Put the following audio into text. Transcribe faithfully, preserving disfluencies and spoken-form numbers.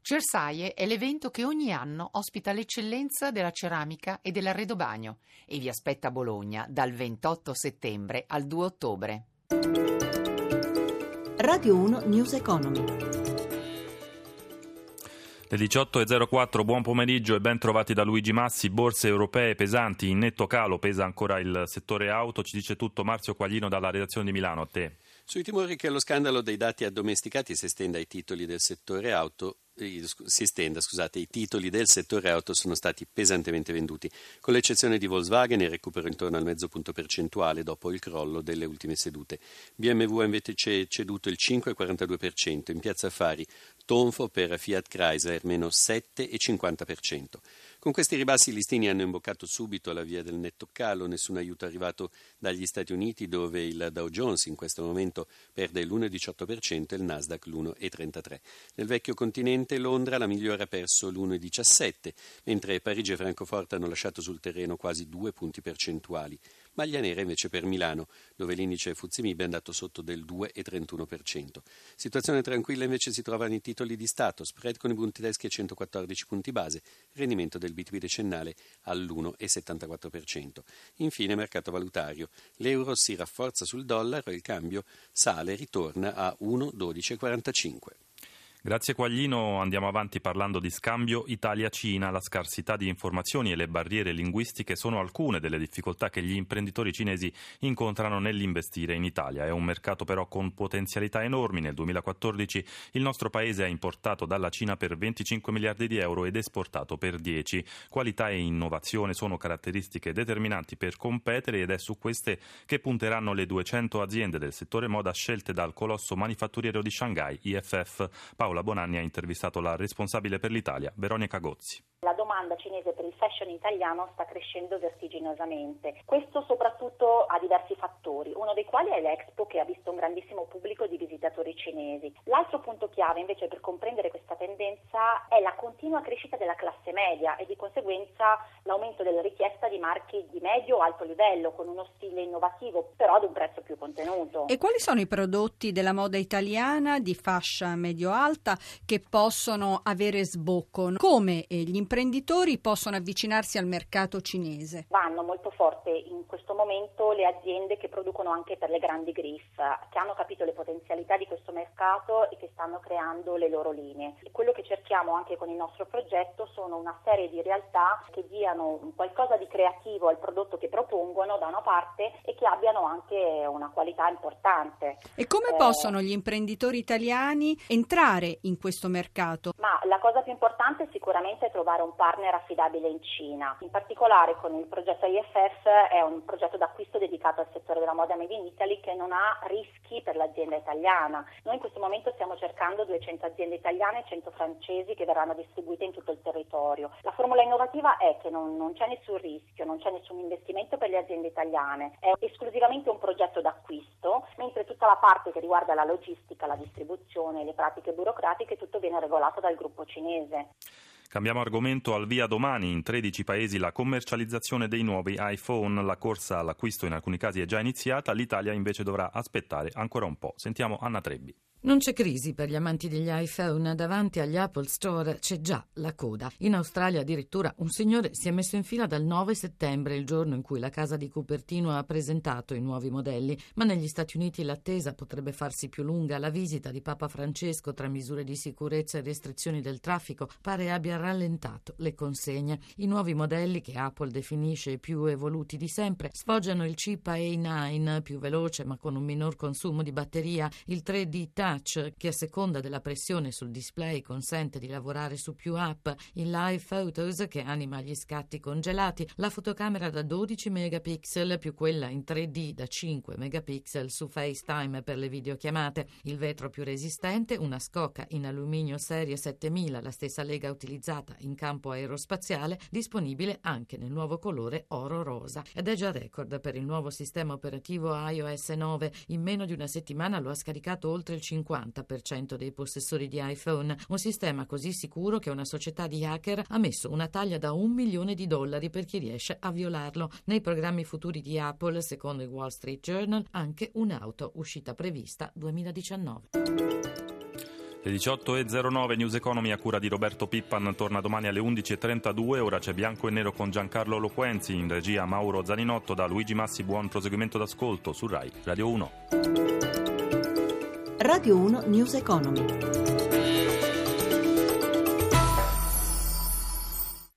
Cersaie è l'evento che ogni anno ospita l'eccellenza della ceramica e dell'arredobagno e vi aspetta a Bologna dal ventotto settembre al due ottobre. Radio uno News Economy. Le diciotto e zero quattro, buon pomeriggio e ben trovati da Luigi Massi. Borse europee pesanti, in netto calo, pesa ancora il settore auto. Ci dice tutto Marzio Quaglino dalla redazione di Milano. A te. Sui timori che lo scandalo dei dati addomesticati si estenda ai titoli del settore auto, si estenda, scusate, i titoli del settore auto sono stati pesantemente venduti, con l'eccezione di Volkswagen, il recupero intorno al mezzo punto percentuale dopo il crollo delle ultime sedute. B M W invece è ceduto il cinque virgola quarantadue per cento, in piazza affari tonfo per Fiat Chrysler meno sette virgola cinquanta per cento. Con questi ribassi i listini hanno imboccato subito la via del netto calo, nessun aiuto arrivato dagli Stati Uniti, dove il Dow Jones in questo momento perde l'uno virgola diciotto per cento e il Nasdaq l'uno virgola trentatré per cento. Nel vecchio continente Londra la migliore ha perso l'uno virgola diciassette per cento, mentre Parigi e Francoforte hanno lasciato sul terreno quasi due punti percentuali. Maglia nera invece per Milano, dove l'indice F T S E M I B è andato sotto del due virgola trentuno per cento. Situazione tranquilla invece si trovano i titoli di Stato, spread con i Bund tedeschi a centoquattordici punti base, rendimento del B T P decennale all'uno virgola settantaquattro per cento. Infine mercato valutario, l'euro si rafforza sul dollaro e il cambio sale, ritorna a uno virgola dodici quarantacinque. Grazie Quaglino, andiamo avanti parlando di scambio Italia-Cina. La scarsità di informazioni e le barriere linguistiche sono alcune delle difficoltà che gli imprenditori cinesi incontrano nell'investire in Italia. È un mercato però con potenzialità enormi. Nel duemilaquattordici il nostro paese ha importato dalla Cina per venticinque miliardi di euro ed esportato per dieci. Qualità e innovazione sono caratteristiche determinanti per competere ed è su queste che punteranno le duecento aziende del settore moda scelte dal colosso manifatturiero di Shanghai, I F F. Paola Bonanni ha intervistato la responsabile per l'Italia, Veronica Gozzi. La domanda cinese per il fashion italiano sta crescendo vertiginosamente. Questo soprattutto ha diversi fattori, uno dei quali è l'Expo, che ha visto un grandissimo pubblico di visitatori cinesi. L'altro punto chiave invece per comprendere questa tendenza è la continua crescita della classe media e di conseguenza l'aumento della richiesta di marchi di medio o alto livello con uno stile innovativo, però ad un prezzo più contenuto. E quali sono i prodotti della moda italiana di fascia medio-alta che possono avere sbocco? Come gli imprenditori possono avvicinarsi al mercato cinese? Vanno molto forte in questo momento le aziende che producono anche per le grandi griff, che hanno capito le potenzialità di questo mercato e che stanno creando le loro linee. E quello che cerchiamo anche con il nostro progetto sono una serie di realtà che diano qualcosa di creativo al prodotto che propongono da una parte e che abbiano anche una qualità importante. E come eh, possono gli imprenditori italiani entrare in questo mercato? Ma la cosa più importante sicuramente è trovare un partner affidabile in Cina. In particolare con il progetto I F F è un progetto d'acquisto dedicato al settore della moda made in Italy che non ha rischi per l'azienda italiana. Noi in questo momento stiamo cercando duecento aziende italiane e cento francesi che verranno distribuite in tutto il territorio. La formula innovativa è che non, non c'è nessun rischio, non c'è nessun investimento per le aziende italiane, è esclusivamente un progetto d'acquisto, mentre tutta la parte che riguarda la logistica, la distribuzione, le pratiche burocratiche, tutto viene regolato dal gruppo cinese. Cambiamo argomento. Al via domani in tredici paesi la commercializzazione dei nuovi iPhone. La corsa all'acquisto in alcuni casi è già iniziata, l'Italia invece dovrà aspettare ancora un po'. Sentiamo Anna Trebbi. Non c'è crisi per gli amanti degli iPhone, davanti agli Apple Store c'è già la coda. In Australia addirittura un signore si è messo in fila dal nove settembre, il giorno in cui la casa di Cupertino ha presentato i nuovi modelli, ma negli Stati Uniti l'attesa potrebbe farsi più lunga. La visita di Papa Francesco, tra misure di sicurezza e restrizioni del traffico, pare abbia rallentato le consegne. I nuovi modelli, che Apple definisce più evoluti di sempre, sfoggiano il chip A nove, più veloce ma con un minor consumo di batteria, il tre D Touch, che a seconda della pressione sul display consente di lavorare su più app, il Live Photos, che anima gli scatti congelati, la fotocamera da dodici megapixel più quella in tre D da cinque megapixel su FaceTime per le videochiamate, il vetro più resistente, una scocca in alluminio serie settemila, la stessa lega utilizzata in campo aerospaziale, disponibile anche nel nuovo colore oro rosa. Ed è già record per il nuovo sistema operativo iOS nove. In meno di una settimana lo ha scaricato oltre il cinquanta per cento dei possessori di iPhone, un sistema così sicuro che una società di hacker ha messo una taglia da un milione di dollari per chi riesce a violarlo. Nei programmi futuri di Apple, secondo il Wall Street Journal, anche un'auto uscita prevista duemiladiciannove. Le diciotto e zero nove, News Economy a cura di Roberto Pippan torna domani alle undici e trentadue. Ora c'è Bianco e Nero con Giancarlo Loquenzi, in regia Mauro Zaninotto. Da Luigi Massi buon proseguimento d'ascolto su Rai Radio uno. Radio uno News Economy.